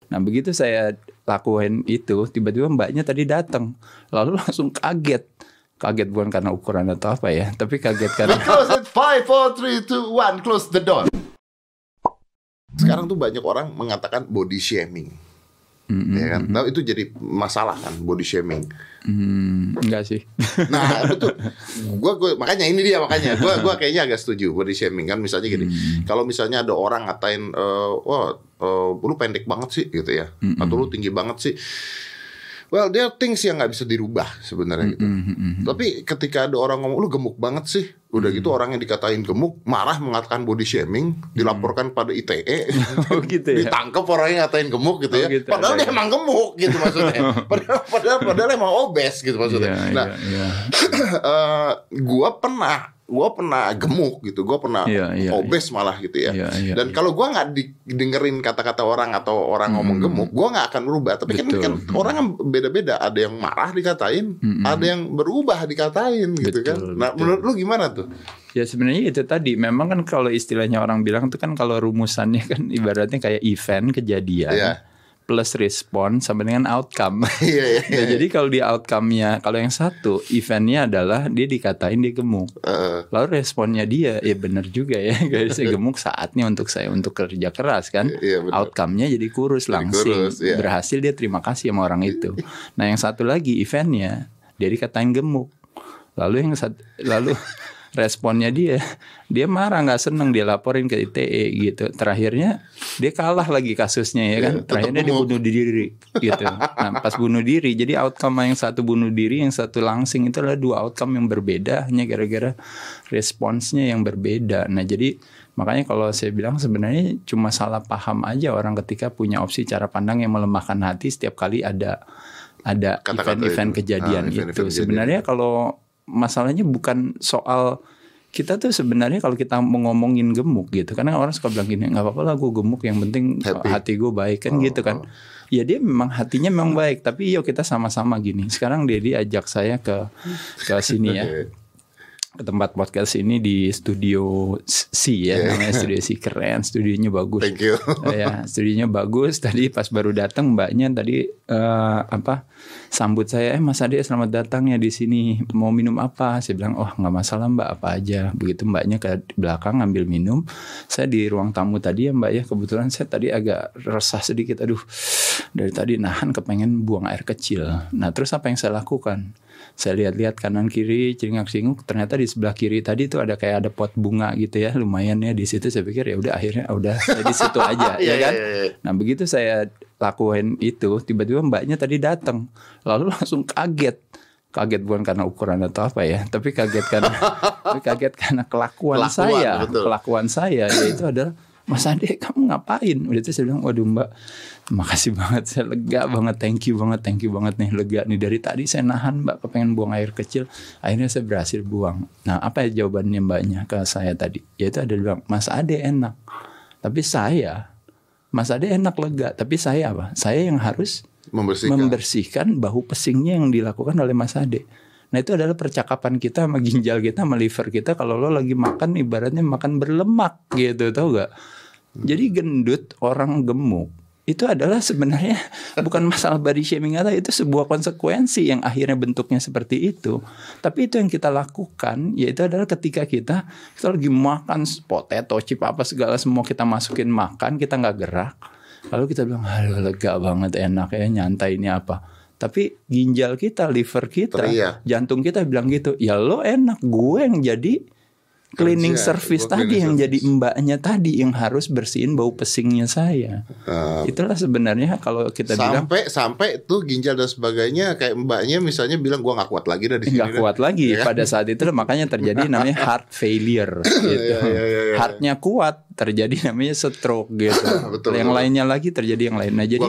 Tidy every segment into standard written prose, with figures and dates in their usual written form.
Nah begitu saya lakuin itu, tiba-tiba mbaknya tadi datang, lalu langsung kaget. Kaget bukan karena ukuran atau apa ya, tapi kaget karena Close it, 5, 4, 3, 2, 1, close the door. Sekarang tuh banyak orang mengatakan body shaming, ya kan? Nah, itu jadi masalah kan, body shaming. Enggak sih. Nah betul, makanya ini dia makanya gue kayaknya agak setuju body shaming kan. Misalnya gini, kalau misalnya ada orang ngatain, lu pendek banget sih gitu ya, atau lu tinggi banget sih. Well, there are things yang nggak bisa dirubah sebenarnya gitu. Tapi ketika ada orang ngomong lu gemuk banget sih, udah gitu orang yang dikatain gemuk marah mengatakan body shaming, dilaporkan pada ITE, Oh gitu ya. ditangkap orang yang ngatain gemuk gitu ya. Gitu, Padahal dia emang gemuk gitu maksudnya. Padahal emang obes gitu maksudnya. Nah, gue pernah gemuk gitu, gue pernah obes malah gitu ya. Dan kalau gue nggak dengerin kata-kata orang atau orang ngomong gemuk, gue nggak akan berubah. Tapi kan orang kan beda-beda, ada yang marah dikatain, ada yang berubah dikatain gitu kan. Nah menurut lu gimana tuh? Ya sebenarnya itu tadi, memang kan kalau istilahnya orang bilang itu kan kalau rumusannya kan ibaratnya kayak event kejadian. Plus respon sama dengan outcome. Nah, jadi kalau di outcome-nya, kalau yang satu eventnya adalah dia dikatain dia gemuk, lalu responnya dia ya benar juga ya, guys, saya gemuk saatnya untuk saya untuk kerja keras kan. Outcome-nya jadi kurus langsing, berhasil dia terima kasih sama orang itu. Nah yang satu lagi eventnya dia dikatain gemuk, lalu responnya dia marah, nggak seneng, dia laporin ke ITE gitu. Terakhirnya dia kalah lagi kasusnya ya kan. Terakhirnya dia bunuh diri gitu. Nah pas bunuh diri, jadi outcome yang satu bunuh diri, yang satu langsing, itu adalah dua outcome yang berbeda hanya gara-gara responsnya yang berbeda. Nah jadi makanya kalau saya bilang sebenarnya cuma salah paham aja orang ketika punya opsi cara pandang yang melemahkan hati setiap kali ada event-event kejadian itu. Sebenarnya kalau masalahnya bukan soal kita tuh sebenarnya kalau kita mau ngomongin gemuk gitu, karena orang suka bilang gini, nggak apa-apa lah gue gemuk, yang penting hati gue baik kan gitu kan. Ya dia memang hatinya memang baik, tapi yuk kita sama-sama gini. Sekarang dia ajak saya ke sini ya, ke tempat podcast ini di studio C ya, namanya studio C, keren, studionya bagus. Thank you. Ya, studionya bagus. Tadi pas baru datang mbaknya tadi sambut saya, Mas Ade selamat datang ya di sini. Mau minum apa? Saya bilang, oh nggak masalah mbak, apa aja. Begitu mbaknya ke belakang ngambil minum. Saya di ruang tamu tadi ya mbak ya. Kebetulan saya tadi agak resah sedikit. Aduh, dari tadi nahan kepengen buang air kecil. Nah terus apa yang saya lakukan? Saya lihat-lihat kanan kiri, celingak-celinguk, ternyata di sebelah kiri tadi tuh ada kayak ada pot bunga gitu ya, lumayan ya. Di situ saya pikir ya udah, akhirnya saya di situ aja ya kan. Nah begitu saya lakuin itu, tiba-tiba mbaknya tadi datang, lalu langsung kaget bukan karena ukuran atau apa ya, tapi kaget karena kelakuan saya yaitu adalah, Mas Ade kamu ngapain? Udah itu saya bilang, waduh mbak, makasih banget, saya lega banget, thank you banget nih, lega nih, dari tadi saya nahan mbak, kepengen buang air kecil, akhirnya saya berhasil buang. Nah apa ya jawabannya mbaknya ke saya tadi? Yaitu ada bilang, Mas Ade enak, tapi Mas Ade enak lega, tapi saya apa? Saya yang harus membersihkan bahu pesingnya yang dilakukan oleh Mas Ade. Nah itu adalah percakapan kita sama ginjal kita, sama liver kita. Kalau lo lagi makan ibaratnya makan berlemak gitu, tau gak? Jadi gendut, orang gemuk, itu adalah sebenarnya bukan masalah body shaming atau itu sebuah konsekuensi yang akhirnya bentuknya seperti itu. Tapi itu yang kita lakukan, yaitu adalah ketika kita lagi makan potato chip apa segala, semua kita masukin makan, kita nggak gerak. Lalu kita bilang, aduh lega banget, enak ya, nyantai ini apa. Tapi ginjal kita, liver kita, jantung kita bilang gitu, ya lo enak, gue yang jadi cleaning service tadi, yang jadi mbaknya tadi yang harus bersihin bau pesingnya saya. Itulah sebenarnya kalau kita bilang sampai tuh ginjal dan sebagainya, kayak mbaknya misalnya bilang gue nggak kuat lagi dari sini. Nggak kuat lagi ya? Pada saat itu makanya terjadi namanya heart failure gitu. Heartnya kuat, terjadi namanya stroke gitu. Yang lainnya lagi terjadi yang lain. Nah jadi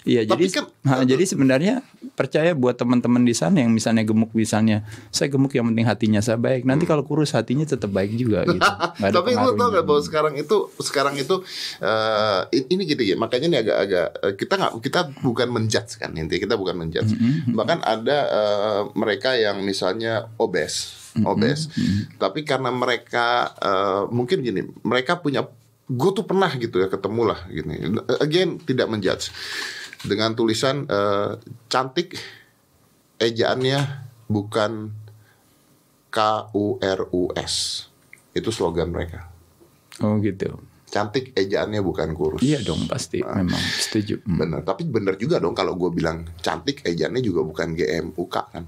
jadi sebenarnya percaya buat teman-teman di sana yang misalnya gemuk, misalnya saya gemuk yang penting hatinya saya baik. Nanti kalau kurus hatinya tetap baik juga gitu. Tapi lu tau gak bahwa sekarang itu ini gitu ya, makanya ini agak kita bukan menjudge kan, intinya kita bukan menjudge. Bahkan ada mereka yang misalnya obes, tapi karena mereka mungkin gini, mereka punya gue tuh pernah gitu ya ketemu lah gini. Again tidak menjudge. Dengan tulisan cantik ejaannya bukan KURUS. Itu slogan mereka. Oh gitu. Cantik ejaannya bukan kurus. Iya dong pasti, memang setuju. Bener, tapi bener juga dong kalau gue bilang cantik ejaannya juga bukan GMUK kan.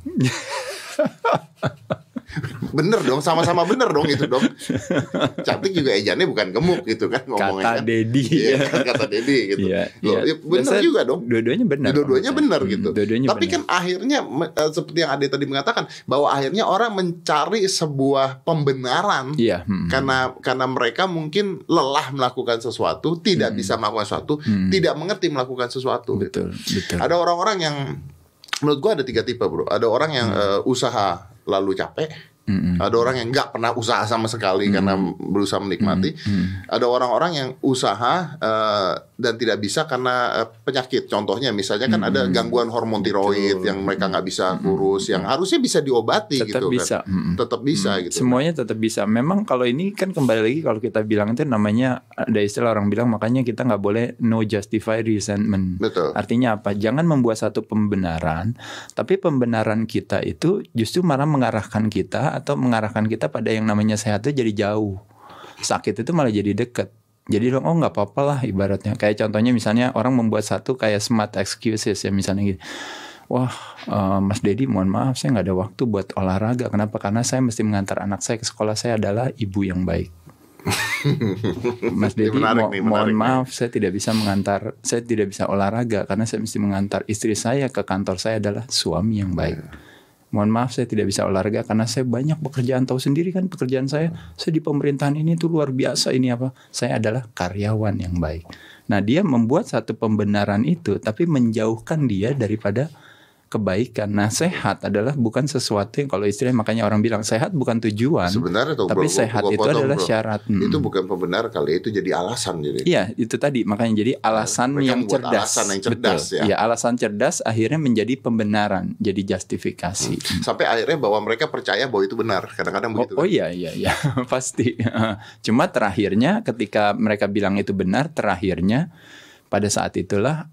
Bener dong, sama-sama bener dong itu dong. Cantik juga ejaannya bukan gemuk gitu kan ngomongnya. Kata Dedi. Iya, kata Dedi gitu. Iya, Loh, iya. bener Biasa juga dong. Dua-duanya benar. Dua-duanya benar gitu. Dua-duanya Tapi benar. kan akhirnya seperti yang Ade tadi mengatakan bahwa akhirnya orang mencari sebuah pembenaran. Iya. Karena mereka mungkin lelah melakukan sesuatu, tidak bisa melakukan sesuatu, tidak mengerti melakukan sesuatu. Betul, betul. Ada orang-orang yang menurut gua ada 3 tipe, bro. Ada orang yang usaha lalu capek. Ada orang yang nggak pernah usaha sama sekali karena berusaha menikmati. Ada orang-orang yang usaha dan tidak bisa karena penyakit. Contohnya misalnya kan ada gangguan hormon tiroid yang mereka nggak bisa kurus, yang harusnya bisa diobati Tetap gitu bisa. kan. Tetap bisa gitu. Semuanya tetap bisa. Memang kalau ini kan kembali lagi kalau kita bilang itu namanya, ada istilah orang bilang, makanya kita nggak boleh no justify resentment. Betul. Artinya apa? Jangan membuat satu pembenaran, tapi pembenaran kita itu justru malah mengarahkan kita atau mengarahkan kita pada yang namanya sehat itu jadi jauh. Sakit itu malah jadi dekat. Jadi oh nggak apa-apa lah ibaratnya. Kayak contohnya misalnya orang membuat satu kayak smart excuses ya misalnya gitu. Wah, Mas Dedi, mohon maaf saya nggak ada waktu buat olahraga. Kenapa? Karena saya mesti mengantar anak saya ke sekolah. Saya adalah ibu yang baik. Mas Dedi, mohon maaf saya tidak bisa olahraga karena saya mesti mengantar istri saya ke kantor. Saya adalah suami yang baik. Mohon maaf saya tidak bisa olahraga karena saya banyak pekerjaan, tahu sendiri kan pekerjaan saya di pemerintahan ini tuh luar biasa, ini apa? Saya adalah karyawan yang baik. Nah, dia membuat satu pembenaran itu tapi menjauhkan dia daripada kebaikan. Nah, sehat adalah bukan sesuatu yang kalau istilahnya, makanya orang bilang sehat bukan tujuan. Sebenarnya tuh, tapi sehat itu adalah syarat. Itu bukan pembenar kali, itu jadi alasan jadi. Iya, itu tadi makanya jadi alasan yang cerdas. Alasan yang cerdas. Betul. Ya, alasan cerdas akhirnya menjadi pembenaran, jadi justifikasi. Sampai akhirnya bahwa mereka percaya bahwa itu benar. Kadang-kadang begitu. Oh iya pasti. Cuma terakhirnya ketika mereka bilang itu benar, terakhirnya pada saat itulah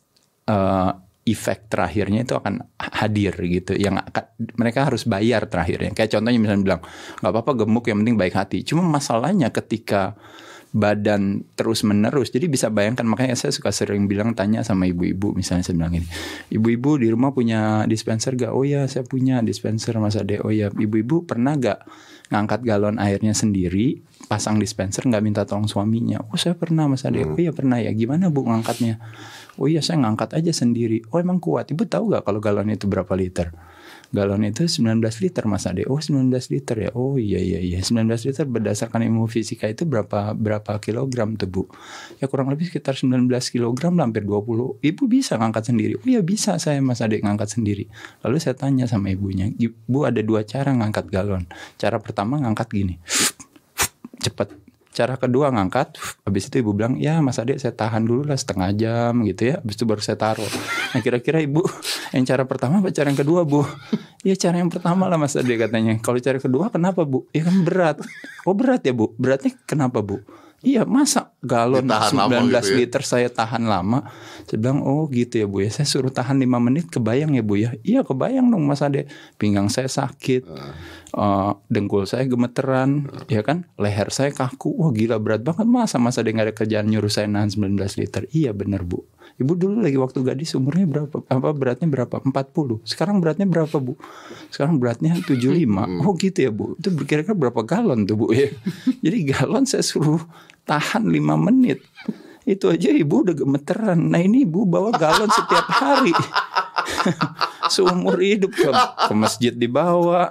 efek terakhirnya itu akan hadir gitu, yang mereka harus bayar terakhirnya. Kayak contohnya misalnya bilang nggak apa-apa gemuk, yang penting baik hati. Cuma masalahnya ketika badan terus menerus, jadi bisa bayangkan, makanya saya suka sering bilang, tanya sama ibu-ibu misalnya, saya bilang ini, ibu-ibu di rumah punya dispenser gak? Oh ya saya punya dispenser Mas Ade. Oh ya, ibu-ibu pernah gak ngangkat galon airnya sendiri, pasang dispenser, nggak minta tolong suaminya? Oh saya pernah Mas Ade. Oh iya pernah ya, gimana Bu ngangkatnya? Oh iya saya ngangkat aja sendiri. Oh emang kuat? Ibu tahu gak kalau galon itu berapa liter? Galon itu 19 liter Mas Ade. Oh 19 liter ya. Oh iya 19 liter berdasarkan ilmu fisika itu berapa kilogram tuh Bu? Ya kurang lebih sekitar 19 kilogram, hampir 20. Ibu bisa ngangkat sendiri? Oh iya bisa saya Mas Ade ngangkat sendiri. Lalu saya tanya sama ibunya, Ibu ada 2 cara ngangkat galon. Cara pertama ngangkat gini, cepat. Cara kedua ngangkat, habis itu ibu bilang, ya Mas Ade saya tahan dulu lah setengah jam gitu ya, habis itu baru saya taruh. Nah kira-kira ibu yang cara pertama apa cara yang kedua Bu? Ya cara yang pertama lah Mas Ade katanya. Kalau cara kedua kenapa Bu? Ya kan berat. Oh berat ya Bu? Beratnya kenapa Bu? Iya masa galon 19 gitu liter ya? Saya tahan lama. Saya bilang oh gitu ya Bu ya, saya suruh tahan 5 menit, kebayang ya Bu ya? Iya kebayang dong Mas Ade. Pinggang saya sakit, dengkul saya gemeteran, ya kan? Leher saya kaku. Wah gila berat banget, masa Mas Ade gak ada kerjaan nyuruh saya nahan 19 liter? Iya benar Bu. Ibu dulu lagi waktu gadis umurnya berapa? Beratnya berapa? 40. Sekarang beratnya berapa Bu? Sekarang beratnya 75. Oh gitu ya Bu. Itu kira-kira berapa galon tuh Bu ya? Jadi galon saya suruh tahan 5 menit. Itu aja ibu udah gemeteran. Nah ini ibu bawa galon setiap hari. Seumur hidup ke masjid dibawa,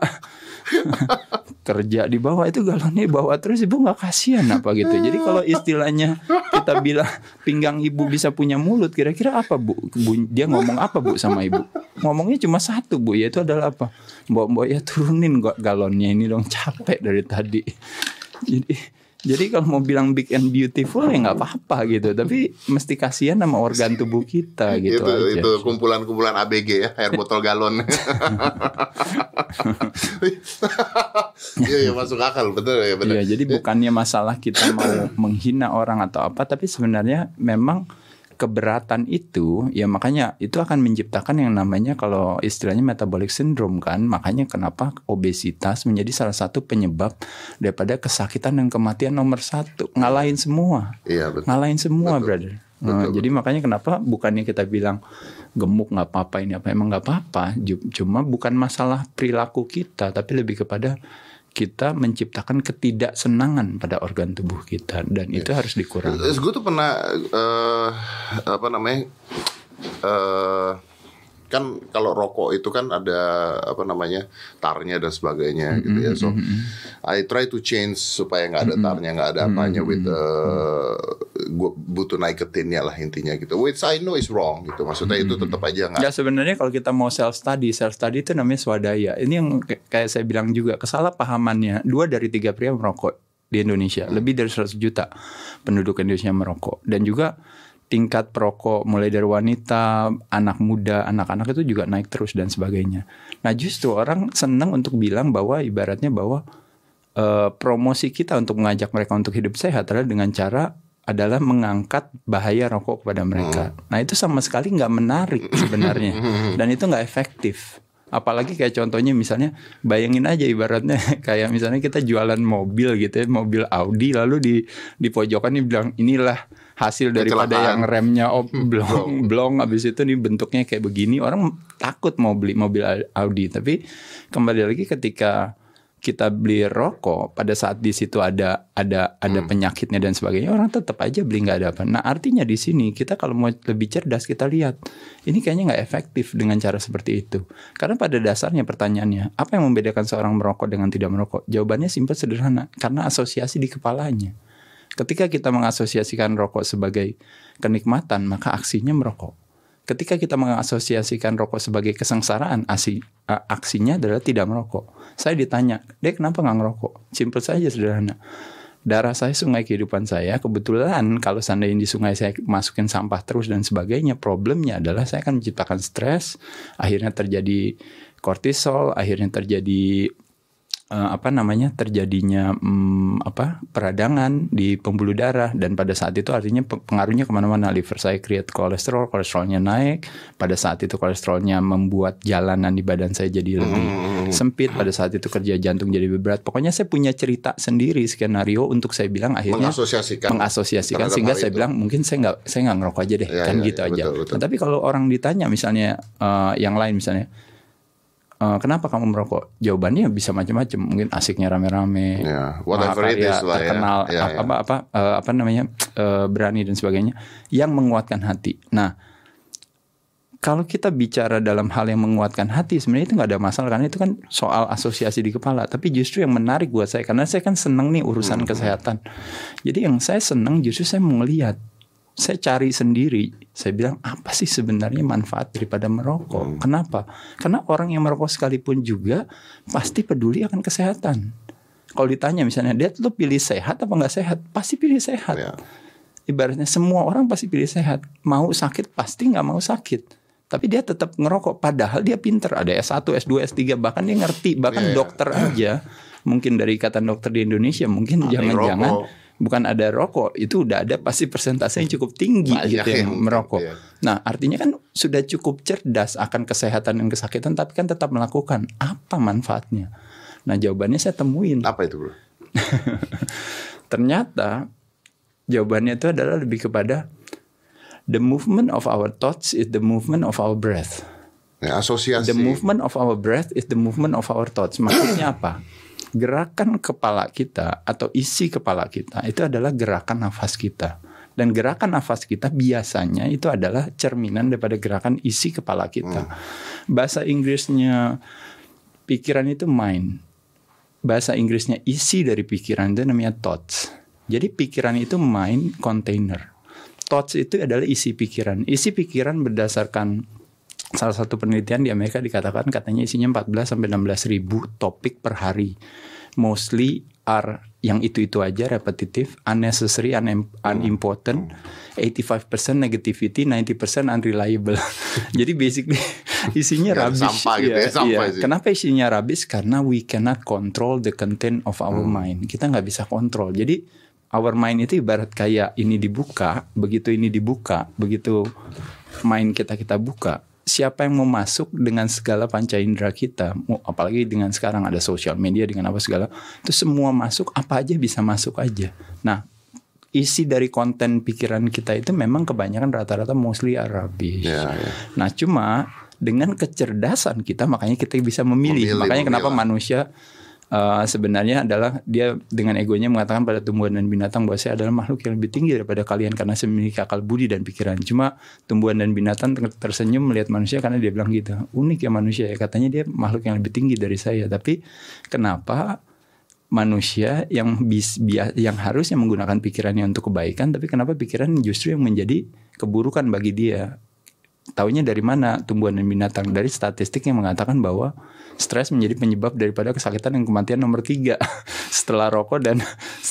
kerja dibawa, itu galonnya bawa terus. Ibu gak kasihan apa gitu? Jadi kalau istilahnya kita bilang pinggang ibu bisa punya mulut, kira-kira apa Bu? Dia ngomong apa Bu sama ibu? Ngomongnya cuma satu Bu, yaitu adalah apa? Mbak ya turunin galonnya ini dong, capek dari tadi. Jadi kalau mau bilang big and beautiful ya nggak apa-apa gitu, tapi mesti kasihan sama organ tubuh kita gitu aja. Itu kumpulan-kumpulan ABG ya, air botol galon. Iya masuk akal, betul ya betul. Iya, jadi bukannya masalah kita mau menghina orang atau apa, tapi sebenarnya memang keberatan itu ya makanya itu akan menciptakan yang namanya kalau istilahnya metabolic syndrome kan. Makanya kenapa obesitas menjadi salah satu penyebab daripada kesakitan dan kematian nomor 1. Ngalahin semua. Iya, betul. Ngalahin semua, betul. brother. Betul. Jadi makanya kenapa bukannya kita bilang gemuk nggak apa-apa, ini apa, emang nggak apa-apa. Cuma bukan masalah perilaku kita, tapi lebih kepada kita menciptakan ketidaksenangan pada organ tubuh kita, dan itu harus dikurangi. Gue tuh pernah kan kalau rokok itu kan ada tarnya dan sebagainya gitu ya. So I try to change supaya nggak ada tarnya, nggak ada apanya with gue butuh nikotinnya lah intinya gitu. Which I know is wrong gitu. Maksudnya itu tetap aja nggak. Ya sebenarnya kalau kita mau self study itu namanya swadaya. Ini yang kayak saya bilang juga, kesalahpahamannya 2 dari 3 pria merokok di Indonesia. Lebih dari 100 juta penduduk Indonesia merokok. Dan juga tingkat perokok mulai dari wanita, anak muda, anak-anak itu juga naik terus dan sebagainya. Nah justru orang senang untuk bilang bahwa ibaratnya bahwa promosi kita untuk mengajak mereka untuk hidup sehat adalah dengan cara adalah mengangkat bahaya rokok kepada mereka. Nah itu sama sekali nggak menarik sebenarnya, dan itu nggak efektif. Apalagi kayak contohnya misalnya bayangin aja ibaratnya kayak misalnya kita jualan mobil gitu ya, mobil Audi, lalu di pojokan nih bilang inilah hasil daripada yang remnya blong habis itu nih bentuknya kayak begini, orang takut mau beli mobil Audi. Tapi kembali lagi ketika kita beli rokok pada saat di situ ada penyakitnya dan sebagainya, orang tetap aja beli, nggak ada apa. Nah artinya di sini kita kalau mau lebih cerdas kita lihat ini kayaknya nggak efektif dengan cara seperti itu. Karena pada dasarnya pertanyaannya apa yang membedakan seorang merokok dengan tidak merokok? Jawabannya simpel sederhana, karena asosiasi di kepalanya. Ketika kita mengasosiasikan rokok sebagai kenikmatan, maka aksinya merokok. Ketika kita mengasosiasikan rokok sebagai kesengsaraan, aksinya adalah tidak merokok. Saya ditanya, Dek kenapa nggak ngerokok? Simpel saja, sederhana. Darah saya sungai kehidupan saya. Kebetulan kalau seandainya di sungai saya masukin sampah terus dan sebagainya, problemnya adalah saya akan menciptakan stres. Akhirnya terjadi kortisol, akhirnya terjadi terjadinya peradangan di pembuluh darah, dan pada saat itu artinya pengaruhnya kemana-mana. Liver saya create kolesterolnya naik, pada saat itu kolesterolnya membuat jalanan di badan saya jadi lebih sempit, pada saat itu kerja jantung jadi lebih berat. Pokoknya saya punya cerita sendiri, skenario untuk saya bilang akhirnya mengasosiasikan sehingga saya bilang mungkin saya nggak ngerokok aja deh, gitu aja. Betul. Nah, tapi kalau orang ditanya misalnya yang lain misalnya, kenapa kamu merokok? Jawabannya bisa macam-macam. Mungkin asiknya rame-rame, mahakarya terkenal, berani dan sebagainya, yang menguatkan hati. Nah, kalau kita bicara dalam hal yang menguatkan hati, sebenarnya itu nggak ada masalah, karena itu kan soal asosiasi di kepala. Tapi justru yang menarik buat saya, karena saya kan senang nih urusan kesehatan. Jadi yang saya senang justru saya mau ngelihat. Saya cari sendiri, saya bilang apa sih sebenarnya manfaat daripada merokok? Kenapa? Karena orang yang merokok sekalipun juga pasti peduli akan kesehatan. Kalau ditanya misalnya, dia lu pilih sehat apa nggak sehat? Pasti pilih sehat. Ya. Ibaratnya semua orang pasti pilih sehat. Mau sakit pasti nggak mau sakit. Tapi dia tetap ngerokok, padahal dia pinter. Ada S1, S2, S3, bahkan dia ngerti. Bahkan dokter aja, mungkin dari ikatan dokter di Indonesia, mungkin jangan-jangan bukan ada rokok, itu udah ada pasti persentase yang cukup tinggi gitu yang merokok. Ya. Nah artinya kan sudah cukup cerdas akan kesehatan dan kesakitan, tapi kan tetap melakukan. Apa manfaatnya? Nah jawabannya saya temuin. Apa itu bro? Ternyata jawabannya itu adalah lebih kepada the movement of our thoughts is the movement of our breath. Ya, asosiasi. The movement of our breath is the movement of our thoughts. Maksudnya apa? Gerakan kepala kita atau isi kepala kita itu adalah gerakan nafas kita. Dan gerakan nafas kita biasanya itu adalah cerminan daripada gerakan isi kepala kita. Bahasa Inggrisnya pikiran itu mind. Bahasa Inggrisnya isi dari pikiran itu namanya thoughts. Jadi pikiran itu mind container. Thoughts itu adalah isi pikiran. Isi pikiran berdasarkan salah satu penelitian di Amerika dikatakan katanya isinya 14 sampai 16 ribu topik per hari. Mostly are yang itu aja, repetitif, unnecessary, unimportant, 85% negativity, 90% unreliable. Jadi basically isinya rubbish. Sampah gitu ya, sampah sih. Kenapa isinya rubbish? Karena we cannot control the content of our mind. Kita nggak bisa kontrol. Jadi our mind itu ibarat kayak ini dibuka, begitu mind kita buka. Siapa yang mau masuk dengan segala panca indera kita, apalagi dengan sekarang ada sosial media dengan apa segala, itu semua masuk, apa aja bisa masuk aja. Nah, isi dari konten pikiran kita itu memang kebanyakan rata-rata mostly rubbish. Nah, cuma dengan kecerdasan kita, makanya kita bisa memilih. Makanya kenapa manusia sebenarnya adalah dia dengan egonya mengatakan pada tumbuhan dan binatang bahwa saya adalah makhluk yang lebih tinggi daripada kalian karena saya memiliki akal budi dan pikiran. Cuma tumbuhan dan binatang tersenyum melihat manusia karena dia bilang gitu, unik ya manusia ya, katanya dia makhluk yang lebih tinggi dari saya. Tapi kenapa manusia yang harusnya menggunakan pikirannya untuk kebaikan, tapi kenapa pikiran justru yang menjadi keburukan bagi dia? Taunya dari mana tumbuhan dan binatang? Dari statistik yang mengatakan bahwa stres menjadi penyebab daripada kesakitan dan kematian nomor 3 setelah rokok dan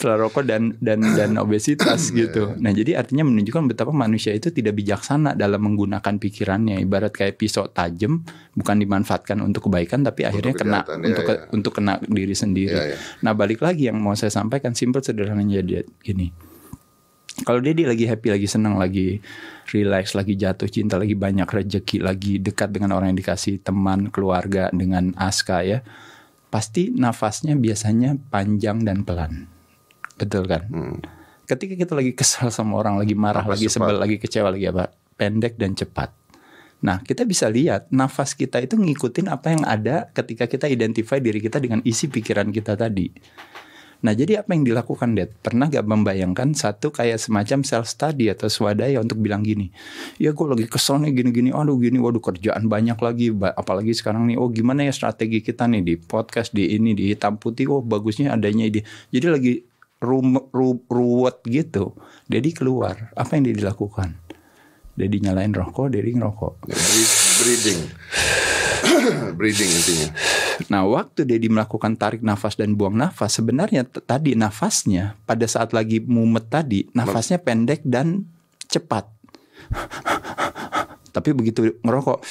obesitas gitu. Nah, jadi artinya menunjukkan betapa manusia itu tidak bijaksana dalam menggunakan pikirannya. Ibarat kayak pisau tajam, bukan dimanfaatkan untuk kebaikan, tapi akhirnya kena untuk kena diri sendiri. Nah, balik lagi yang mau saya sampaikan, simple sederhananya jadi gini. Kalau dia lagi happy, lagi senang, lagi relax, lagi jatuh cinta, lagi banyak rezeki, lagi dekat dengan orang yang dikasih, teman, keluarga, dengan Aska ya, pasti nafasnya biasanya panjang dan pelan. Betul kan? Ketika kita lagi kesal sama orang, lagi marah, lagi sebel, lagi kecewa, lagi apa, pendek dan cepat. Nah, kita bisa lihat nafas kita itu ngikutin apa yang ada ketika kita identify diri kita dengan isi pikiran kita tadi. Nah, jadi apa yang dilakukan, Dad? Pernah gak membayangkan satu kayak semacam self study atau swadaya untuk bilang gini, ya gue lagi kesel nih gini-gini, waduh kerjaan banyak lagi, apalagi sekarang nih, gimana ya strategi kita nih di podcast, di ini, di hitam putih, bagusnya adanya ide. Jadi lagi ruwet gitu. Jadi keluar, apa yang dia dilakukan? Dia nyalain rokok, dia ngerokok. Breathing intinya. Nah, waktu Dedi melakukan tarik nafas dan buang nafas, sebenarnya tadi nafasnya pada saat lagi mumet tadi, nafasnya pendek dan cepat. Tapi begitu ngerokok,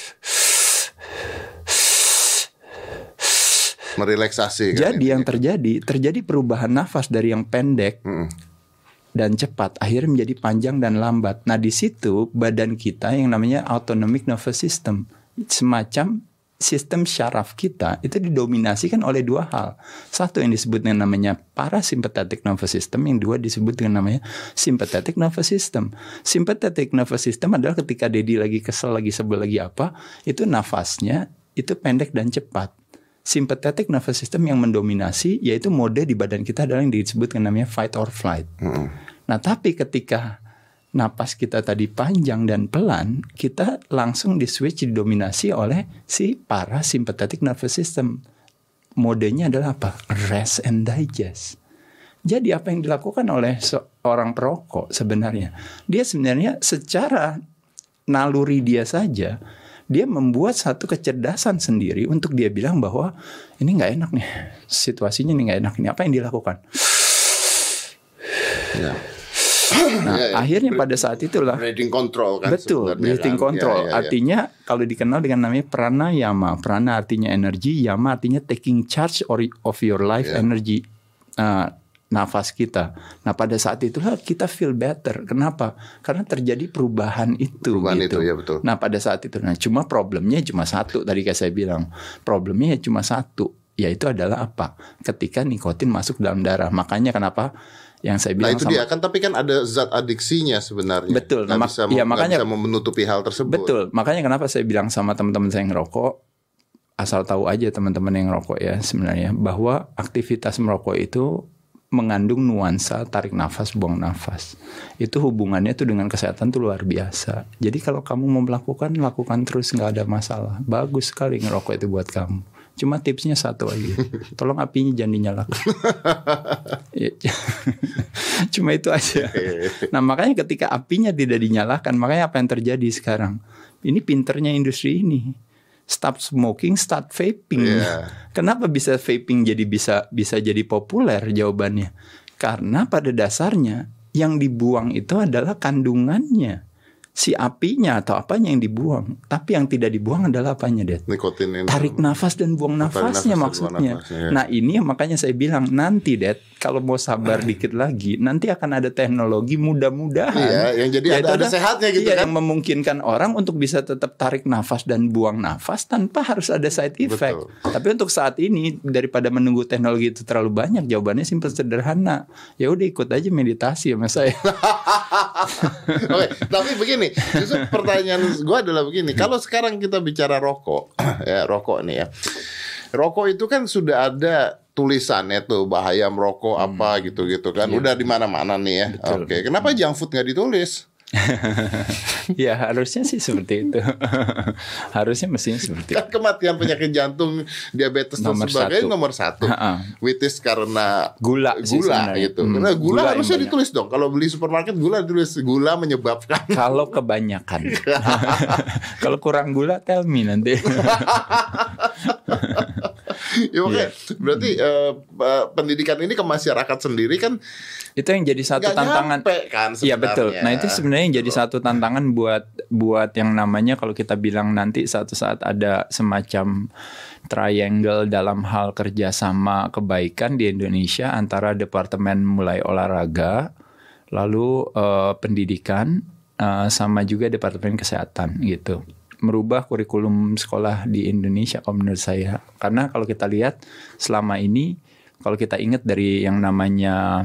merelaksasi. Jadi yang terjadi perubahan nafas dari yang pendek dan cepat akhirnya menjadi panjang dan lambat. Nah, di situ badan kita yang namanya autonomic nervous system, semacam sistem syaraf kita itu didominasikan oleh dua hal. Satu yang disebut dengan namanya parasympathetic nervous system, yang dua disebut dengan namanya sympathetic nervous system. Sympathetic nervous system adalah ketika Dedi lagi kesel, lagi sebel, lagi apa, itu nafasnya itu pendek dan cepat. Sympathetic nervous system yang mendominasi, yaitu mode di badan kita adalah yang disebut dengan namanya fight or flight. Nah, tapi ketika napas kita tadi panjang dan pelan, kita langsung di-switch, didominasi oleh si parasympathetic nervous system. Modenya adalah apa? Rest and digest. Jadi apa yang dilakukan oleh seorang perokok sebenarnya? Dia sebenarnya secara naluri dia saja, dia membuat satu kecerdasan sendiri untuk dia bilang bahwa ini gak enak nih, situasinya ini gak enak nih. Apa yang dilakukan? Nah, akhirnya pada saat itulah breathing control kan. Betul, breathing control. Artinya kalau dikenal dengan namanya pranayama. Prana artinya energi, yama artinya taking charge of your life energy. Nafas kita. Nah, pada saat itulah kita feel better. Kenapa? Karena terjadi perubahan itu. Gitu. Itu ya, betul. Nah, pada saat itu. Nah, cuma problemnya cuma satu. Tadi kayak saya bilang, problemnya cuma satu, yaitu adalah apa? Ketika nikotin masuk dalam darah. Makanya kenapa yang saya bilang, itu dia kan, tapi kan ada zat adiksinya sebenarnya. Betul. Makanya bisa menutupi hal tersebut. Betul. Makanya kenapa saya bilang sama teman-teman saya yang ngerokok, asal tahu aja teman-teman yang ngerokok ya sebenarnya, bahwa aktivitas merokok itu mengandung nuansa tarik nafas, buang nafas. Itu hubungannya tuh dengan kesehatan tuh luar biasa. Jadi kalau kamu mau lakukan terus, nggak ada masalah. Bagus sekali ngerokok itu buat kamu. Cuma tipsnya satu aja, tolong apinya jangan dinyalakan. Cuma itu aja. Nah, makanya ketika apinya tidak dinyalakan, makanya apa yang terjadi sekarang? Ini pinternya industri ini. Stop smoking, start vaping. Kenapa bisa vaping bisa jadi populer? Jawabannya karena pada dasarnya yang dibuang itu adalah kandungannya, si apinya atau apanya yang dibuang. Tapi yang tidak dibuang adalah apanya, Det? Nikotin. Tarik nafas dan buang nafasnya maksudnya. Nah ini yang makanya saya bilang nanti, Det, kalau mau sabar dikit lagi, nanti akan ada teknologi mudah-mudahan. Yang jadi ada sehatnya gitu kan. Yang memungkinkan orang untuk bisa tetap tarik nafas dan buang nafas tanpa harus ada side effect. Betul. Tapi untuk saat ini daripada menunggu teknologi itu terlalu banyak, jawabannya simpel sederhana. Ya udah ikut aja meditasi sama saya. Oke, tapi begini, justru pertanyaan gue adalah begini. Kalau sekarang kita bicara rokok, ya rokok nih ya. Rokok itu kan sudah ada tulisannya tuh bahaya merokok apa gitu-gitu kan. Udah di mana-mana nih ya. Oke, kenapa junk food nggak ditulis? Ya harusnya sih seperti itu. Harusnya mestinya seperti itu. Kan kematian penyakit jantung, diabetes dan sebagainya nomor satu. Which is karena gula gitu. Karena gula harusnya ditulis dong. Kalau beli supermarket gula ditulis gula menyebabkan. Kalau kebanyakan. Kalau kurang gula tell me nanti. Ya oke. Berarti pendidikan ini ke masyarakat sendiri kan itu yang jadi satu tantangan kan. Iya betul. Nah itu sebenarnya yang jadi satu tantangan buat yang namanya kalau kita bilang nanti suatu saat ada semacam triangle dalam hal kerjasama kebaikan di Indonesia antara departemen mulai olahraga, lalu pendidikan, sama juga departemen kesehatan gitu. Merubah kurikulum sekolah di Indonesia kalau menurut saya. Karena kalau kita lihat selama ini, kalau kita ingat dari yang namanya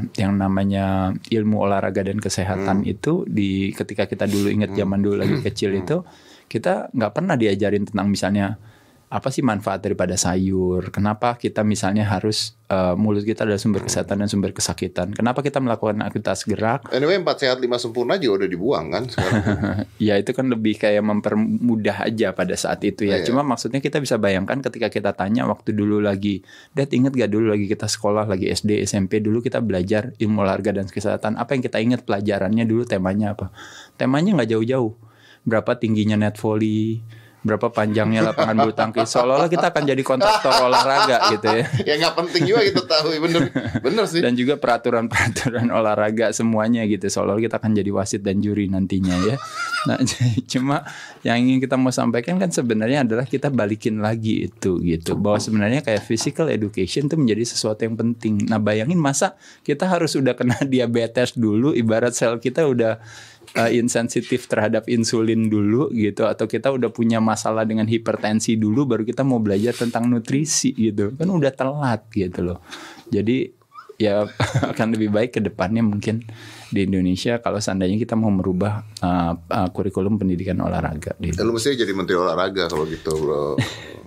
ilmu olahraga dan kesehatan itu ketika kita dulu ingat zaman dulu lagi kecil itu, kita nggak pernah diajarin tentang misalnya apa sih manfaat daripada sayur? Kenapa kita misalnya harus mulut kita adalah sumber kesehatan dan sumber kesakitan? Kenapa kita melakukan aktivitas gerak? Anyway 4 sehat 5 sempurna juga udah dibuang kan sekarang. Ya itu kan lebih kayak mempermudah aja pada saat itu ya. Cuma maksudnya kita bisa bayangkan ketika kita tanya waktu dulu lagi, Dad inget gak dulu lagi kita sekolah lagi SD SMP dulu kita belajar ilmu olahraga dan kesehatan. Apa yang kita ingat pelajarannya dulu temanya apa? Temanya nggak jauh-jauh. Berapa tingginya net volley? Berapa panjangnya lapangan bulu tangkis, seolah-olah kita akan jadi kontraktor olahraga gitu ya. Ya nggak penting juga kita tahu, bener sih. Dan juga peraturan olahraga semuanya gitu, seolah-olah kita akan jadi wasit dan juri nantinya ya. Nah cuma yang ingin kita mau sampaikan kan sebenarnya adalah kita balikin lagi itu gitu, bahwa sebenarnya kayak physical education itu menjadi sesuatu yang penting. Nah bayangin masa kita harus udah kena diabetes dulu, ibarat sel kita udah insensitif terhadap insulin dulu gitu, atau kita udah punya masalah dengan hipertensi dulu baru kita mau belajar tentang nutrisi gitu, kan udah telat gitu loh. Jadi ya akan lebih baik ke depannya mungkin di Indonesia kalau seandainya kita mau merubah kurikulum pendidikan olahraga gitu. Lu mesti jadi menteri olahraga kalau gitu bro.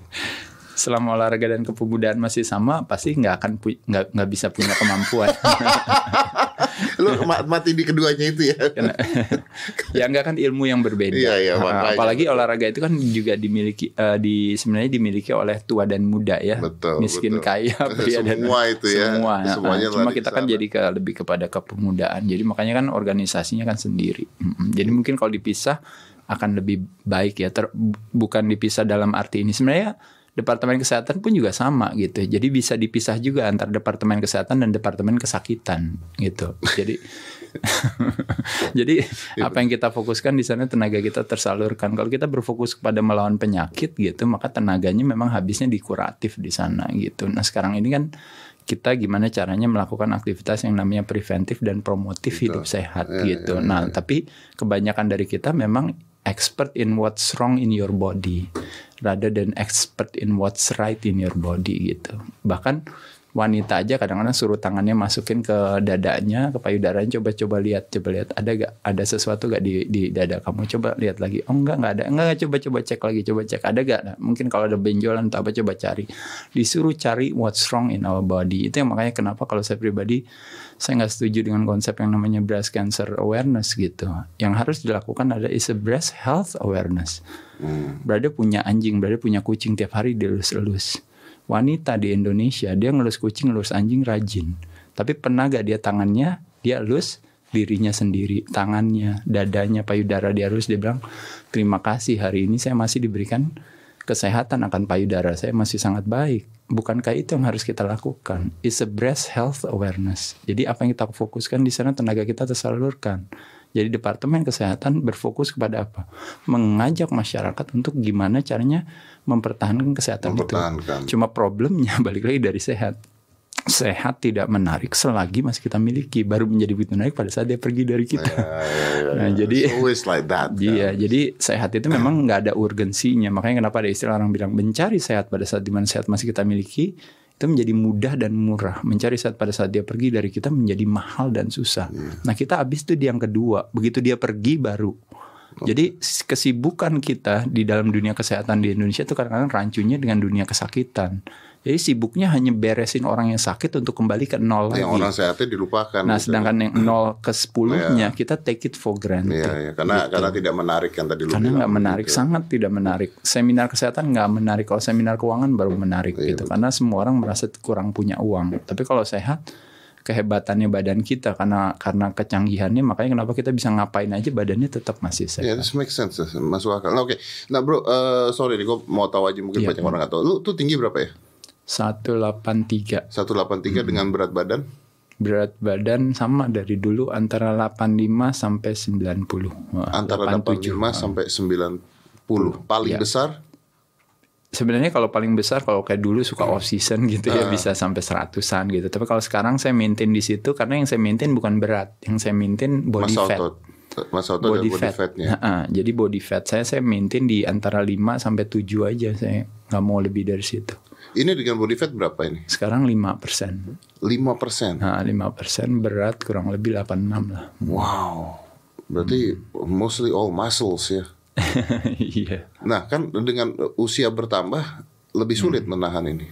Selama olahraga dan kepemudaan masih sama, pasti nggak bisa punya kemampuan. Lu mati di keduanya itu ya. Ya enggak kan ilmu yang berbeda. Iya, apalagi olahraga itu kan juga sebenarnya dimiliki oleh tua dan muda ya. Betul, miskin kaya, pria dan semua itu ya. Semuanya cuma kita kan jadi lebih kepada kepemudaan. Jadi makanya kan organisasinya kan sendiri. Jadi mungkin kalau dipisah akan lebih baik ya. Bukan dipisah dalam arti ini sebenarnya. Departemen kesehatan pun juga sama gitu. Jadi bisa dipisah juga antara departemen kesehatan dan departemen kesakitan gitu. Jadi apa yang kita fokuskan di sana tenaga kita tersalurkan. Kalau kita berfokus kepada melawan penyakit gitu, maka tenaganya memang habisnya di kuratif di sana gitu. Nah, sekarang ini kan kita gimana caranya melakukan aktivitas yang namanya preventif dan promotif hidup sehat gitu. Nah, tapi kebanyakan dari kita memang expert in what's wrong in your body rather than expert in what's right in your body gitu. Bahkan wanita aja kadang-kadang suruh tangannya masukin ke dadanya, ke payudaranya, coba lihat ada sesuatu gak di dada kamu, coba lihat lagi. Oh enggak ada, coba cek lagi, coba cek ada gak. Nah, mungkin kalau ada benjolan atau apa coba cari. Disuruh cari what's wrong in our body. Itu yang makanya kenapa kalau saya pribadi saya nggak setuju dengan konsep yang namanya breast cancer awareness gitu. Yang harus dilakukan is a breast health awareness. Berarti punya anjing, berarti punya kucing tiap hari dielus-elus. Wanita di Indonesia dia ngelus kucing, ngelus anjing rajin. Tapi pernah gak dia tangannya dia elus dirinya sendiri, tangannya, dadanya, payudara dia elus, dia bilang terima kasih hari ini saya masih diberikan kesehatan akan payudara saya masih sangat baik. Bukankah itu yang harus kita lakukan? It's a breast health awareness. Jadi apa yang kita fokuskan di sana, tenaga kita tersalurkan. Jadi Departemen Kesehatan berfokus kepada apa? Mengajak masyarakat untuk gimana caranya mempertahankan kesehatan itu. Cuma problemnya balik lagi dari sehat. Sehat tidak menarik selagi masih kita miliki, baru menjadi begitu menarik pada saat dia pergi dari kita. Nah, jadi always like that. Iya, jadi sehat itu memang nggak ada urgensinya. Makanya kenapa ada istilah orang bilang mencari sehat pada saat dimana sehat masih kita miliki itu menjadi mudah dan murah. Mencari sehat pada saat dia pergi dari kita menjadi mahal dan susah. Nah, kita habis itu di yang kedua. Begitu dia pergi baru. Jadi kesibukan kita di dalam dunia kesehatan di Indonesia itu kadang-kadang rancunya dengan dunia kesakitan. Jadi sibuknya hanya beresin orang yang sakit untuk kembali ke nol lagi. Yang orang sehatnya dilupakan. Nah, sedangkan yang 0 ke 10-nya kita take it for granted. Karena tidak menarik yang tadi lu bilang. Karena nggak menarik, gitu. Sangat tidak menarik. Seminar kesehatan nggak menarik. Kalau seminar keuangan baru menarik gitu. Karena semua orang merasa kurang punya uang. Tapi kalau sehat, kehebatannya badan kita karena kecanggihannya, makanya kenapa kita bisa ngapain aja badannya tetap masih sehat. Ya, this makes sense, masuk akal. Nah, oke. Nah, bro, sorry nih, gue mau tahu aja mungkin banyak orang nggak tahu. Lu tuh tinggi berapa ya? 183. 183 dengan berat badan? Berat badan sama dari dulu antara 85 sampai 90. Antara 85 sampai 90. Paling besar? Sebenarnya kalau paling besar kalau kayak dulu suka off season gitu ya bisa sampai 100-an gitu. Tapi kalau sekarang saya maintain di situ karena yang saya maintain bukan berat, yang saya maintain body fat. Masa otot body fatnya. Jadi body fat saya maintain di antara 5 sampai 7 aja, saya nggak mau lebih dari situ. Ini dengan body fat berapa ini? Sekarang 5%. 5%? Nah, 5%, berat kurang lebih 86 lah. Wow. Berarti mostly all muscles ya? Iya. Nah, kan dengan usia bertambah lebih sulit menahan ini.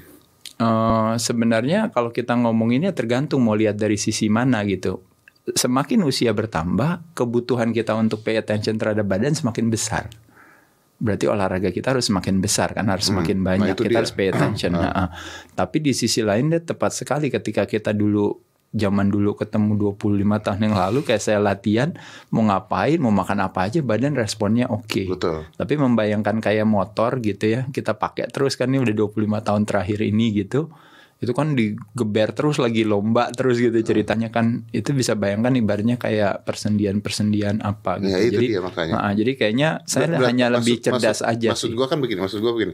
Sebenarnya kalau kita ngomonginnya tergantung mau lihat dari sisi mana gitu. Semakin usia bertambah, kebutuhan kita untuk pay attention terhadap badan semakin besar. Berarti olahraga kita harus semakin besar kan, harus semakin banyak, kita harus pay attention. Tapi di sisi lain dia tepat sekali ketika kita zaman dulu ketemu 25 tahun yang lalu, kayak saya latihan mau ngapain, mau makan apa aja badan responnya oke. Betul. Tapi membayangkan kayak motor gitu ya, kita pakai terus kan, ini udah 25 tahun terakhir ini gitu. Itu kan digeber terus, lagi lomba terus gitu ceritanya kan. Itu bisa bayangkan ibaratnya kayak persendian apa gitu. Ya, itu jadi dia makanya. jadi kayaknya saya hanya lebih cerdas aja maksud sih. Maksud gue begini.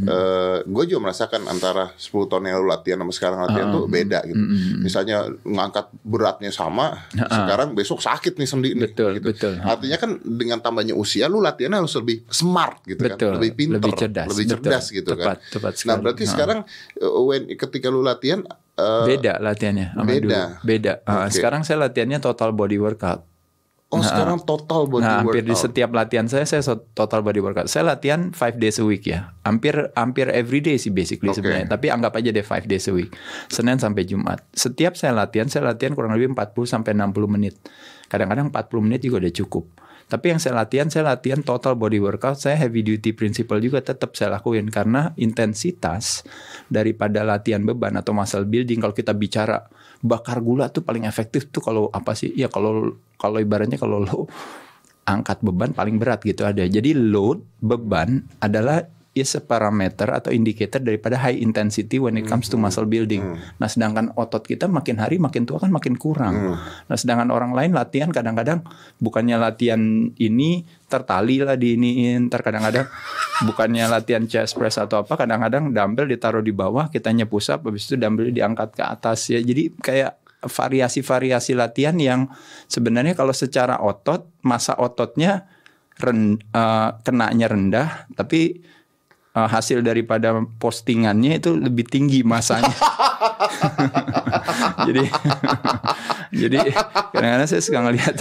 Gue juga merasakan antara 10 tahun yang lalu latihan sama sekarang latihan tuh beda gitu. Misalnya ngangkat beratnya sama, sekarang besok sakit nih sendi nih. Betul, gitu. betul. Artinya kan dengan tambahnya usia lu latihannya harus lebih smart gitu kan. Lebih pintar, lebih cerdas gitu kan. Tepat sekali. Nah, berarti sekarang ketika lu latihan beda latihannya sama beda. Okay. Sekarang saya latihannya total body workout. Sekarang total body workout. Hampir di setiap latihan saya total body workout. Saya latihan 5 days a week ya. Hampir every day sih basically sebenarnya. Tapi anggap aja deh 5 days a week. Senin sampai Jumat. Setiap saya latihan kurang lebih 40 sampai 60 menit. Kadang-kadang 40 menit juga udah cukup. Tapi yang saya latihan total body workout. Saya heavy duty principle juga tetap saya lakuin. Karena intensitas daripada latihan beban atau muscle building, kalau kita bicara bakar gula tuh paling efektif tuh kalau apa sih? Ya kalau ibaratnya kalau lo angkat beban paling berat gitu ada. Jadi load beban adalah is a parameter atau indicator daripada high intensity when it comes to muscle building. Nah, sedangkan otot kita makin hari makin tua kan makin kurang. Nah, sedangkan orang lain latihan kadang-kadang bukannya latihan ini tertali lah diiniin, kadang-kadang bukannya latihan chest press atau apa, kadang-kadang dumbbell ditaruh di bawah, kitanya push up, habis itu dumbbell diangkat ke atas ya. Jadi kayak variasi-variasi latihan yang sebenarnya kalau secara otot, massa ototnya kenanya rendah, tapi hasil daripada postingannya itu lebih tinggi masanya. jadi kadang-kadang saya suka ngelihat.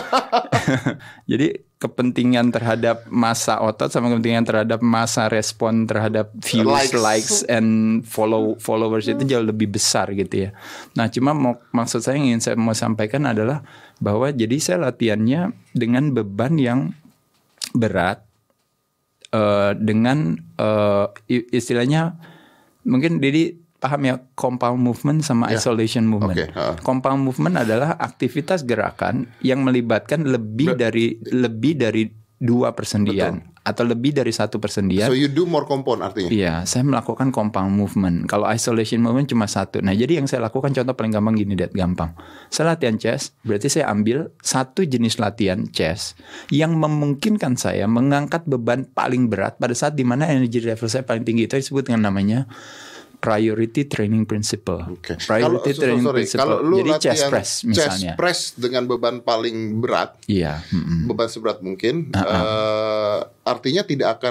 Jadi kepentingan terhadap massa otot sama kepentingan terhadap massa respon terhadap views, likes and followers itu jauh lebih besar gitu ya. Nah, cuma maksud saya yang ingin saya mau sampaikan adalah bahwa jadi saya latihannya dengan beban yang berat. Dengan istilahnya mungkin Dedi paham ya, compound movement sama isolation movement. Compound movement adalah aktivitas gerakan yang melibatkan lebih dari 2 persendian. Betul. atau lebih dari satu persendian. So you do more compound artinya? Iya, saya melakukan compound movement. Kalau isolation movement cuma satu. Nah, jadi yang saya lakukan contoh paling gampang gini, Dad, gampang. Saya latihan chest, berarti saya ambil satu jenis latihan chest yang memungkinkan saya mengangkat beban paling berat pada saat dimana energy level saya paling tinggi. Itu disebut dengan namanya priority training principle. Okay. Priority training principle. Kalau lu jadi chest press misalnya. Chest press dengan beban paling berat. Iya. Beban seberat mungkin. Artinya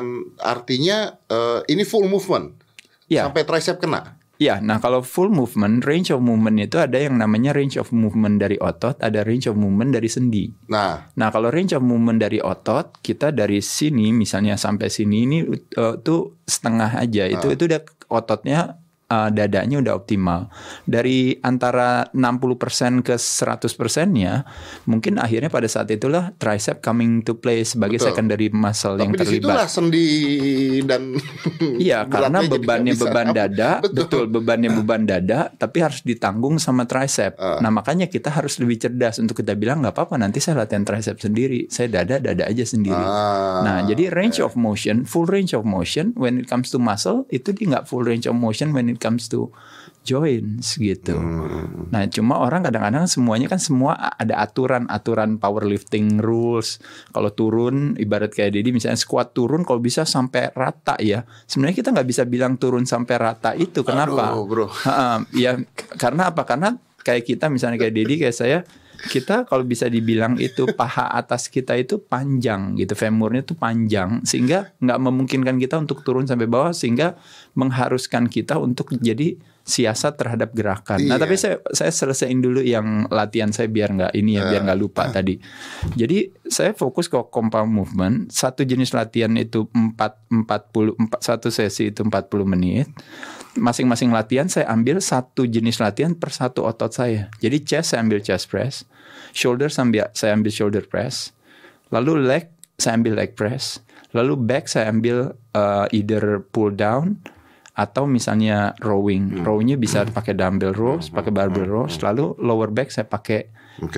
ini full movement. Ya. Sampai tricep kena. Ya, nah kalau full movement, range of movement itu ada yang namanya range of movement dari otot, ada range of movement dari sendi. Nah kalau range of movement dari otot, kita dari sini misalnya sampai sini ini tuh setengah aja. Itu udah ototnya dadanya udah optimal. Dari antara 60% ke 100%-nya, mungkin akhirnya pada saat itulah tricep coming to play sebagai secondary muscle yang terlibat. Tapi disitulah sendi dan iya, karena bebannya beban dada, betul bebannya beban dada, tapi harus ditanggung sama tricep. Nah makanya kita harus lebih cerdas untuk kita bilang nggak apa-apa, nanti saya latihan tricep sendiri, saya dada aja sendiri. Nah jadi range of motion, full range of motion when it comes to muscle itu dia nggak full range of motion when it comes to joints gitu. Nah cuma orang kadang-kadang semuanya kan semua ada aturan powerlifting rules. Kalau turun ibarat kayak Dedi misalnya squat turun kalau bisa sampai rata ya. Sebenarnya kita nggak bisa bilang turun sampai rata itu. Kenapa? Aduh, bro. Ya karena apa? Karena kayak kita misalnya kayak Dedi kayak saya, kita kalau bisa dibilang itu paha atas kita itu panjang gitu, femurnya itu panjang sehingga nggak memungkinkan kita untuk turun sampai bawah, sehingga mengharuskan kita untuk jadi siasat terhadap gerakan. Nah tapi saya selesaiin dulu yang latihan saya biar nggak lupa tadi. Jadi saya fokus ke compound movement. Satu jenis latihan itu 40 satu sesi itu 40 menit. Masing-masing latihan saya ambil satu jenis latihan per satu otot saya. Jadi chest saya ambil chest press, shoulder saya ambil shoulder press, lalu leg saya ambil leg press, lalu back saya ambil either pull down atau misalnya rowing. Rowingnya bisa pakai dumbbell rows, pakai barbell rows, lalu lower back saya pakai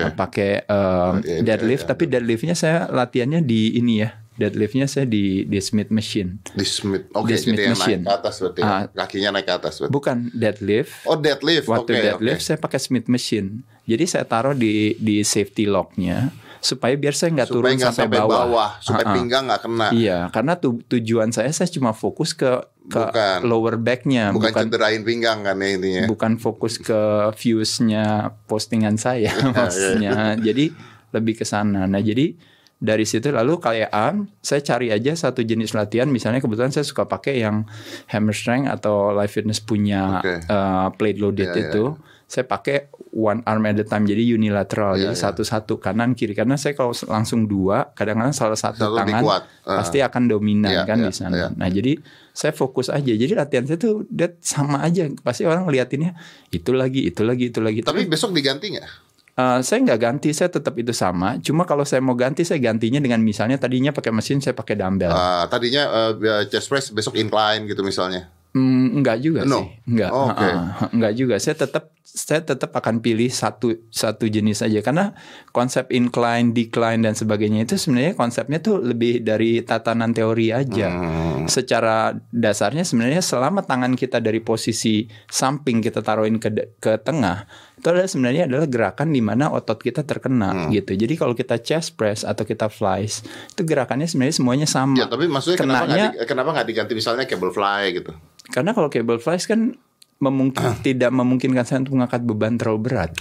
deadlift, tapi deadliftnya saya latihannya di ini ya. Deadliftnya saya di Smith machine. Di Smith, jadi yang naik ke atas berarti. Kakinya naik ke atas berarti. Bukan deadlift. Oh deadlift. Waktu deadlift saya pakai Smith machine. Jadi saya taruh di safety locknya supaya biar saya nggak turun sampai bawah. Supaya pinggang nggak kena. Iya, karena tujuan saya cuma fokus ke lower backnya. Bukan cederain pinggang kan ya intinya. Bukan fokus ke views-nya postingan saya maksudnya. Jadi lebih ke sana. Nah jadi dari situ lalu kayak saya cari aja satu jenis latihan. Misalnya kebetulan saya suka pakai yang Hammer Strength atau Life Fitness punya plate loaded itu. Saya pakai one arm at a time, jadi unilateral, jadi satu-satu kanan kiri. Karena saya kalau langsung dua, kadang-kadang salah satu tangan pasti akan dominan di sana. Nah jadi saya fokus aja. Jadi latihan saya tuh sama aja. Pasti orang ngeliatinnya itu lagi. Tapi besok diganti nggak? Saya nggak ganti, saya tetap itu sama. Cuma kalau saya mau ganti, saya gantinya dengan misalnya tadinya pakai mesin, saya pakai dumbbell. Tadinya chest press besok incline gitu misalnya. Enggak juga sih, enggak. Enggak juga. Saya tetap akan pilih satu jenis aja, karena konsep incline, decline dan sebagainya itu sebenarnya konsepnya tuh lebih dari tatanan teori aja. Secara dasarnya sebenarnya selama tangan kita dari posisi samping kita taruhin ke tengah, itu sebenarnya adalah gerakan di mana otot kita terkena gitu. Jadi kalau kita chest press atau kita flies, itu gerakannya sebenarnya semuanya sama. Ya, tapi maksudnya kenapa nggak diganti misalnya cable fly gitu? Karena kalau cable flies kan tidak memungkinkan saya untuk mengangkat beban terlalu berat.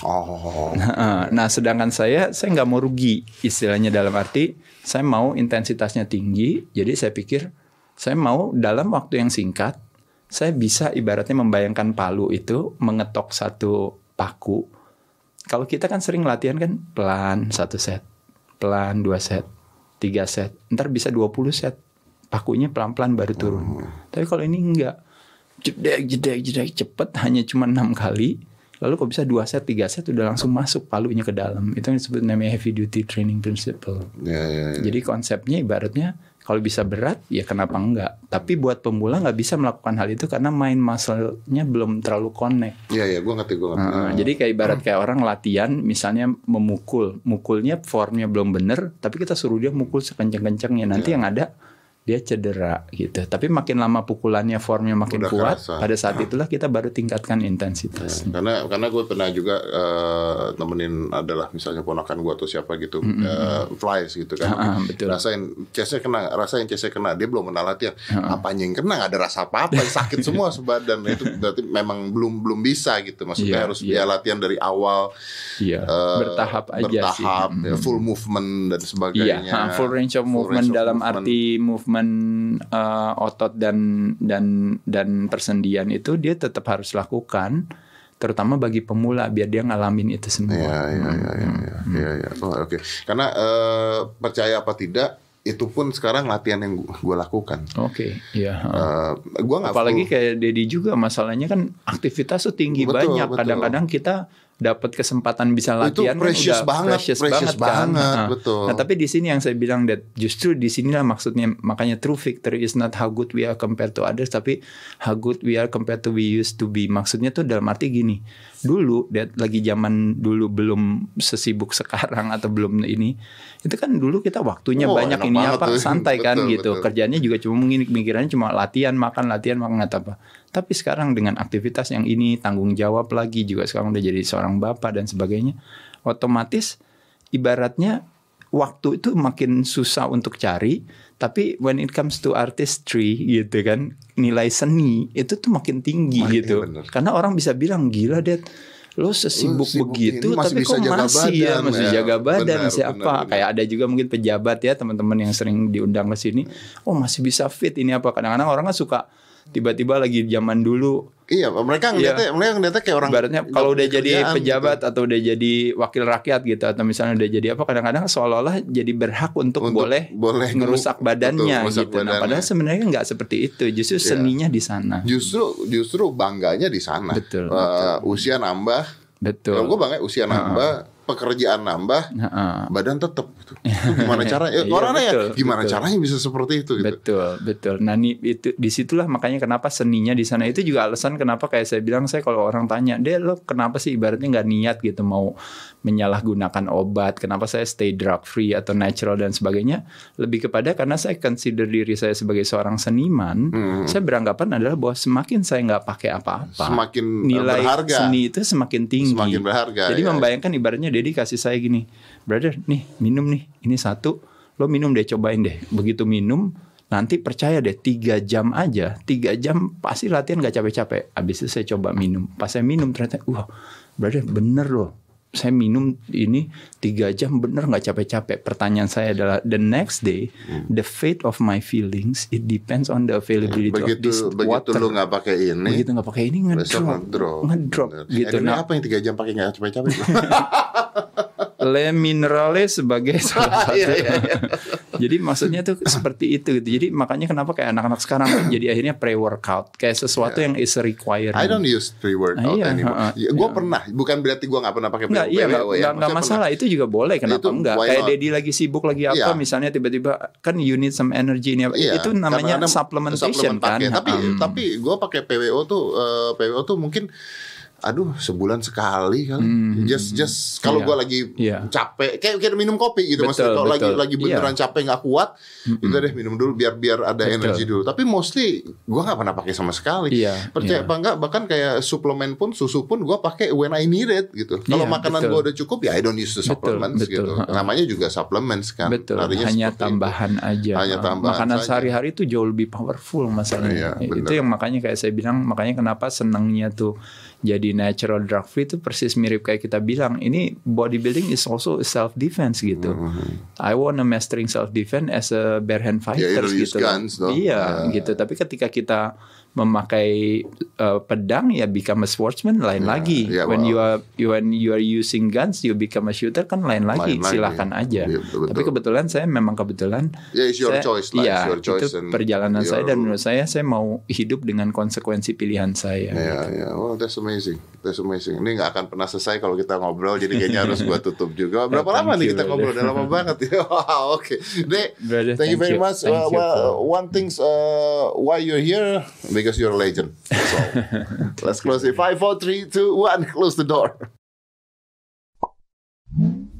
Nah, sedangkan saya nggak mau rugi, istilahnya dalam arti saya mau intensitasnya tinggi. Jadi saya pikir saya mau dalam waktu yang singkat saya bisa ibaratnya membayangkan palu itu mengetok satu paku. Kalau kita kan sering latihan kan pelan 1 set, pelan 2 set, 3 set, ntar bisa 20 set. Pakunya pelan-pelan baru turun. Tapi kalau ini enggak. Jedek cepet, hanya cuma 6 kali. Lalu kok bisa 2 set, 3 set udah langsung masuk palunya ke dalam. Itu yang disebut namanya heavy duty training principle. Jadi konsepnya ibaratnya kalau bisa berat ya kenapa enggak. Tapi buat pemula nggak bisa melakukan hal itu karena main muscle-nya belum terlalu connect. Iya, gue ngerti. Jadi kayak ibarat kayak orang latihan misalnya mukulnya formnya belum bener, tapi kita suruh dia mukul sekencang-kencangnya. Nanti yang ada dia cedera gitu. Tapi makin lama pukulannya, formnya makin Udah kuat, kerasa. pada saat itulah kita baru tingkatkan intensitas. Karena gue pernah juga nemenin adalah misalnya ponakan gue atau siapa gitu, flies gitu kan, betul. rasain chestnya kena, dia belum pernah latihan, apanya yang kena, nggak ada rasa apa-apa, sakit semua sebadan. Itu berarti memang belum bisa gitu, maksudnya harus dia latihan dari awal, bertahap aja sih, full movement dan sebagainya. Full range of movement dalam arti movement otot dan persendian itu dia tetap harus lakukan, terutama bagi pemula biar dia ngalamin itu semua. Iya. Oke. Karena percaya apa tidak, itu pun sekarang latihan yang gue lakukan. Oke, iya. Gua nggak apalagi kayak Dedi juga, masalahnya kan aktivitas tuh tinggi, banyak. Kadang-kadang kita dapat kesempatan bisa latihan itu precious kan udah precious banget kan. Betul. Nah, tapi di sini yang saya bilang, that justru di sinilah maksudnya, makanya true victory is not how good we are compared to others, tapi how good we are compared to we used to be. Maksudnya tuh dalam arti gini, dulu lagi zaman dulu belum sesibuk sekarang atau belum ini, itu kan dulu kita waktunya banyak, ini apa tuh, santai kan gitu. Kerjanya juga cuma mikirannya cuma latihan makan apa. Tapi sekarang dengan aktivitas yang ini, tanggung jawab lagi juga, sekarang udah jadi seorang bapak dan sebagainya, otomatis ibaratnya waktu itu makin susah untuk cari. Tapi when it comes to artistry gitu kan, nilai seni itu tuh makin tinggi gitu. Karena orang bisa bilang, gila Dad, lo sesibuk begitu tapi kok masih jaga badan, masih apa. Kayak ada juga mungkin pejabat ya, teman-teman yang sering diundang ke sini, masih bisa fit ini apa. Kadang-kadang orang kan suka tiba-tiba lagi zaman dulu. Iya, mereka ngeliatnya kayak orang. Ibaratnya kalau udah jadi pejabat gitu, atau udah jadi wakil rakyat gitu, atau misalnya udah jadi apa, kadang-kadang seolah-olah jadi berhak untuk boleh ngerusak badannya gitu. Nah, padahal sebenarnya nggak seperti itu. Justru seninya di sana. Justru bangganya di sana. Betul. Usia nambah. Betul. Kalau gue bangga usia nambah, pekerjaan nambah, badan tetap gitu. Itu gimana caranya? Gimana caranya bisa seperti itu gitu. Betul. Nah, itu disitulah makanya kenapa seninya di sana. Itu juga alasan kenapa kayak saya bilang, saya kalau orang tanya, "Deh, lo kenapa sih ibaratnya nggak niat gitu mau menyalahgunakan obat? Kenapa saya stay drug free atau natural dan sebagainya?" Lebih kepada karena saya consider diri saya sebagai seorang seniman, saya beranggapan adalah bahwa semakin saya nggak pakai apa-apa, semakin nilai berharga. Seni itu semakin tinggi. Semakin berharga. Jadi membayangkan ibaratnya Dedi kasih saya gini, "Brother, nih minum nih, ini satu, lo minum deh, cobain deh." Begitu minum, nanti percaya deh 3 jam aja, 3 jam pasti latihan gak capek-capek. Habis itu saya coba minum, pas saya minum ternyata, brother bener loh, saya minum ini 3 jam bener gak capek-capek. Pertanyaan saya adalah, the next day, the fate of my feelings, it depends on the availability of this water. Begitu lu gak pakai ini, begitu gak pakai ini ngedrop gitu. Nah, apa yang 3 jam pakai gak capek-capek? Le minerale sebagai salah satu. Jadi maksudnya tuh seperti itu gitu. Jadi makanya kenapa kayak anak-anak sekarang jadi akhirnya pre-workout, kayak sesuatu yang is a requirement. I don't use pre-workout anymore. Gue pernah, bukan berarti gue gak pernah pakai pre-workout. Nggak masalah, itu juga boleh. Kenapa enggak? Kayak Dedi lagi sibuk lagi apa, misalnya tiba-tiba kan you need some energy ini. Itu namanya supplementation kan. Tapi gue pakai PWO tuh mungkin sebulan sekali kali. Just kalau gue lagi capek, kayak minum kopi gitu. Maksudnya kalau lagi beneran capek nggak kuat, itu deh minum dulu biar ada energi dulu. Tapi mostly gue nggak pernah pakai sama sekali. Percaya apa enggak? Bahkan kayak suplemen pun, susu pun gue pakai when I need it gitu. Kalau makanan gue udah cukup, ya I don't use the supplements gitu. Namanya juga supplements kan. Hanya tambahan aja. Makanan sehari-hari itu jauh lebih powerful masalahnya. Itu yang makanya kayak saya bilang, makanya kenapa senangnya tuh jadi natural drug free itu persis mirip kayak kita bilang, ini bodybuilding is also self defense gitu. I wanna mastering self defense as a bare hand fighter gitu. Gitu. Tapi ketika kita memakai pedang, ya become a sportsman lain lagi. When you are using guns, you become a shooter kan lain lagi. Silakan aja. Tapi kebetulan saya memang it's your choice lah. Itu perjalanan saya, dan menurut saya mau hidup dengan konsekuensi pilihan saya. Well, that's amazing. Ini nggak akan pernah selesai kalau kita ngobrol. Jadi kayaknya harus gua tutup juga. Berapa lama nih kita ngobrol? Udah lama banget. Wow, okay. Thank you very much. One thing's why you're here, because you're a legend. So let's close it. 5, 4, 3, 2, 1. Close the door.